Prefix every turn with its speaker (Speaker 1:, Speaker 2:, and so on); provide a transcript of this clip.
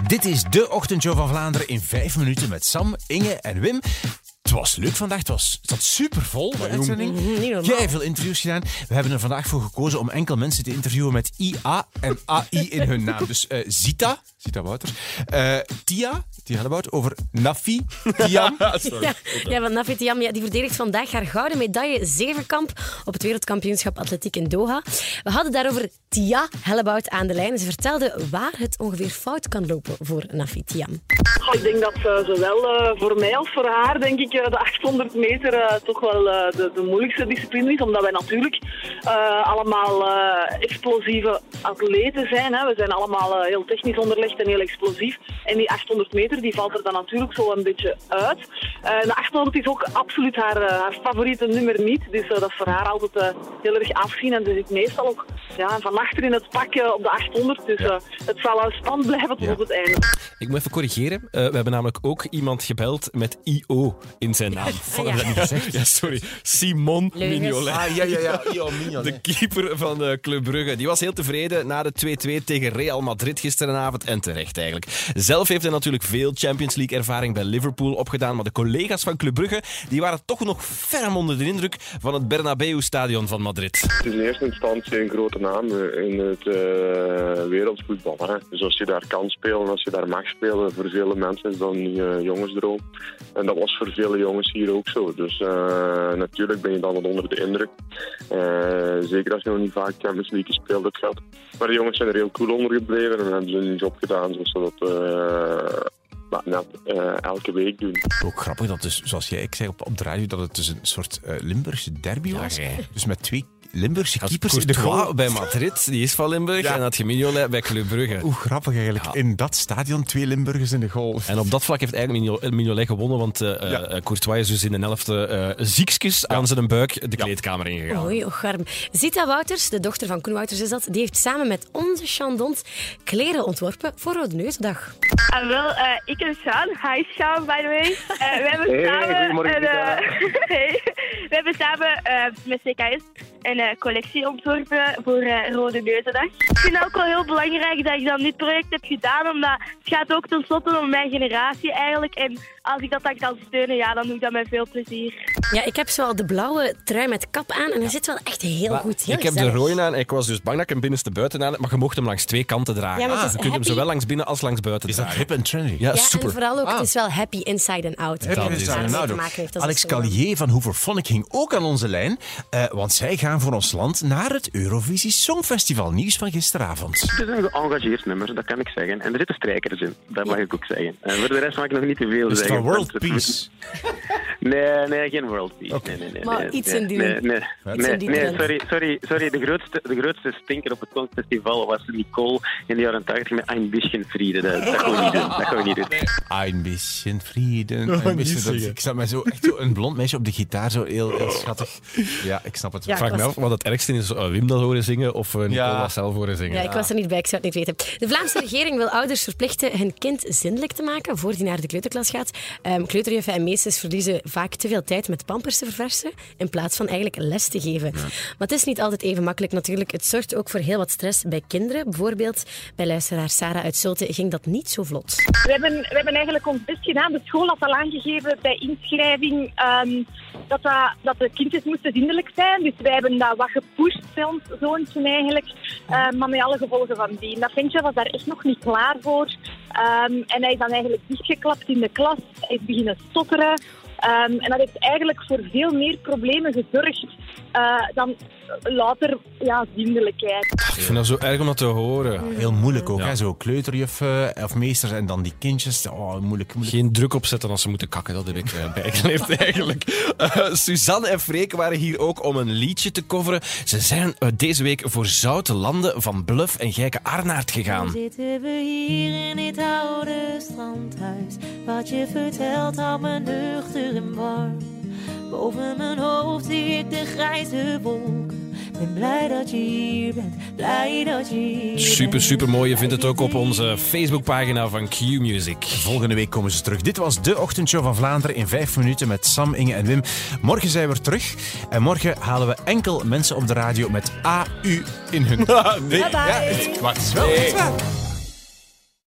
Speaker 1: Dit is de ochtendshow van Vlaanderen in 5 minuten met Sam, Inge en Wim. Het was leuk vandaag. Het zat supervol, de uitzending. Jij veel interviews gedaan. We hebben er vandaag voor gekozen om enkel mensen te interviewen met IA en AI in hun naam. Dus Zita Wouters. Tia Hellebout over Nafi Thiam.
Speaker 2: Ja, want Nafi Thiam die verdedigt vandaag haar gouden medaille zevenkamp op het wereldkampioenschap atletiek in Doha. We hadden daarover Tia Hellebout aan de lijn. Ze vertelde waar het ongeveer fout kan lopen voor Nafi Thiam.
Speaker 3: Ik denk dat zowel voor mij als voor haar denk ik de 800 meter toch wel de moeilijkste discipline is. Omdat wij natuurlijk allemaal explosieve atleten zijn. Hè. We zijn allemaal heel technisch onderlegd en heel explosief. En die 800 meter die valt er dan natuurlijk zo een beetje uit. De 800 is ook absoluut haar favoriete nummer niet. Dus dat is voor haar altijd heel erg afzien. En ze zit meestal ook van achter in het pak op de 800. Dus het zal spannend blijven tot op het einde.
Speaker 4: Ik moet even corrigeren. We hebben namelijk ook iemand gebeld met I.O. in zijn naam.
Speaker 1: Heb dat niet gezegd?
Speaker 4: Ja, sorry. Simon Mignolet. De keeper van Club Brugge. Die was heel tevreden na de 2-2 tegen Real Madrid gisteravond. En terecht eigenlijk. Zelf heeft hij natuurlijk veel Champions League ervaring bij Liverpool opgedaan. Maar de collega's van Club Brugge die waren toch nog ferm onder de indruk van het Bernabeu-stadion van Madrid.
Speaker 5: Het is in eerste instantie een grote naam in het wereldvoetbal. Hè. Dus als je daar kan spelen, als je daar mag spelen, voor vele mensen is dat een jongensdroom. En dat was voor vele jongens hier ook zo. Dus natuurlijk ben je dan wat onder de indruk. Zeker als je nog niet vaak Champions League gespeeld hebt gehad. Maar de jongens zijn er heel cool onder gebleven en hebben ze hun job gedaan zoals ze dat elke week doen.
Speaker 1: Ook grappig dat dus, zoals jij zei op de radio, dat het dus een soort Limburgse derby was. Dus met 2 Limburgse keepers in de goal.
Speaker 4: Bij Madrid, die is van Limburg. En dat Mignolet bij Club Brugge.
Speaker 1: Hoe grappig eigenlijk. Ja. In dat stadion 2 Limburgers in de goal.
Speaker 4: En op dat vlak heeft eigenlijk Mignolet gewonnen, want Courtois is dus in de 11e ziekjes aan zijn buik de kleedkamer ingegaan.
Speaker 2: Oei, arm. Zita Wouters, de dochter van Koen Wouters is dat, die heeft samen met onze Chandont kleren ontworpen voor Rode Neusdag.
Speaker 6: Ik en Sjaan. Hi Sjaan, by the way. We hebben samen met CKS een collectie ontworpen voor Rode Neuzendag. Ik vind het ook wel heel belangrijk dat ik dan dit project heb gedaan, omdat het gaat ook tenslotte om mijn generatie eigenlijk. En als ik dat dan kan steunen, dan doe ik dat met veel plezier. Ja,
Speaker 2: ik heb zo de blauwe trui met kap aan en hij zit wel echt heel goed.
Speaker 4: Ik heb de rode aan en ik was dus bang dat ik hem binnenste buiten aan heb, maar je mocht hem langs 2 kanten dragen.
Speaker 2: Ja,
Speaker 4: je kunt hem zowel langs binnen als langs buiten dragen.
Speaker 1: Is dat hip en trendy?
Speaker 4: Ja, super.
Speaker 2: En vooral ook, het is wel happy inside and out.
Speaker 1: Alex Callier van Hooverphonic ging ook aan onze lijn, want zij gaan voor ons land naar het Eurovisie Songfestival. Nieuws van gisteravond.
Speaker 7: Het is een geëngageerd nummer, dat kan ik zeggen. En er zitten strijkers in, dat mag ik ook zeggen. En voor de rest mag ik nog niet te veel zeggen.
Speaker 1: Van World Peace?
Speaker 7: Nee, geen World Peace.
Speaker 1: Okay.
Speaker 7: Nee,
Speaker 2: maar iets in die...
Speaker 7: Sorry. De grootste stinker op het Songfestival was Nicole in de jaren 80 met Ein bisschen Frieden. Dat gaan we niet doen.
Speaker 1: Ein bisschen Frieden. Ik zat mij zo echt een blond meisje op de gitaar, zo heel schattig. Ja, ik snap het.
Speaker 4: Ik vraag me af wat het ergste is, Wim dat horen zingen of Nicole dat zelf horen zingen.
Speaker 2: Ja, ik was er niet bij, ik zou het niet weten. De Vlaamse regering wil ouders verplichten hun kind zindelijk te maken voor die naar de kleuterklas gaat. Kleuterjuffen en meesters verliezen vaak te veel tijd met pampers te verversen in plaats van eigenlijk les te geven. Ja. Maar het is niet altijd even makkelijk natuurlijk. Het zorgt ook voor heel wat stress bij kinderen. Bijvoorbeeld bij luisteraar Sarah uit Zulte ging dat niet zo vlot.
Speaker 6: We hebben eigenlijk ons best gedaan. De school had al aangegeven bij inschrijving dat de kindjes moesten zindelijk zijn. Dus wij hebben dat wat gepusht bij ons zoontje eigenlijk. Maar met alle gevolgen van die. Dat ventje was daar echt nog niet klaar voor. En hij is dan eigenlijk dichtgeklapt in de klas. Hij is beginnen stotteren. En dat heeft eigenlijk voor veel meer problemen gezorgd dan later zindelijkheid.
Speaker 4: Ik vind dat zo erg om dat te horen.
Speaker 1: Heel moeilijk ook, hè? Zo kleuterjuffen of meesters en dan die kindjes. Moeilijk.
Speaker 4: Geen druk opzetten als ze moeten kakken, dat heb ik bijgeleerd eigenlijk. Suzanne en Freek waren hier ook om een liedje te coveren. Ze zijn deze week voor Zoute Landen van Bluff en Gijke Arnaert gegaan.
Speaker 8: Nu zitten we hier in dit oude strandhuis. Wat je vertelt houdt me nuchter en warm. Boven mijn hoofd zie ik de grijze wolken. Ben blij dat je hier bent, blij dat je hier bent.
Speaker 4: Super mooi. Je vindt het ook op onze Facebookpagina van Q-Music.
Speaker 1: Volgende week komen ze terug. Dit was de ochtendshow van Vlaanderen in 5 minuten met Sam, Inge en Wim. Morgen zijn we terug. En morgen halen we enkel mensen op de radio met AU in hun...
Speaker 2: Bye bye.
Speaker 1: Wacht, het is wel.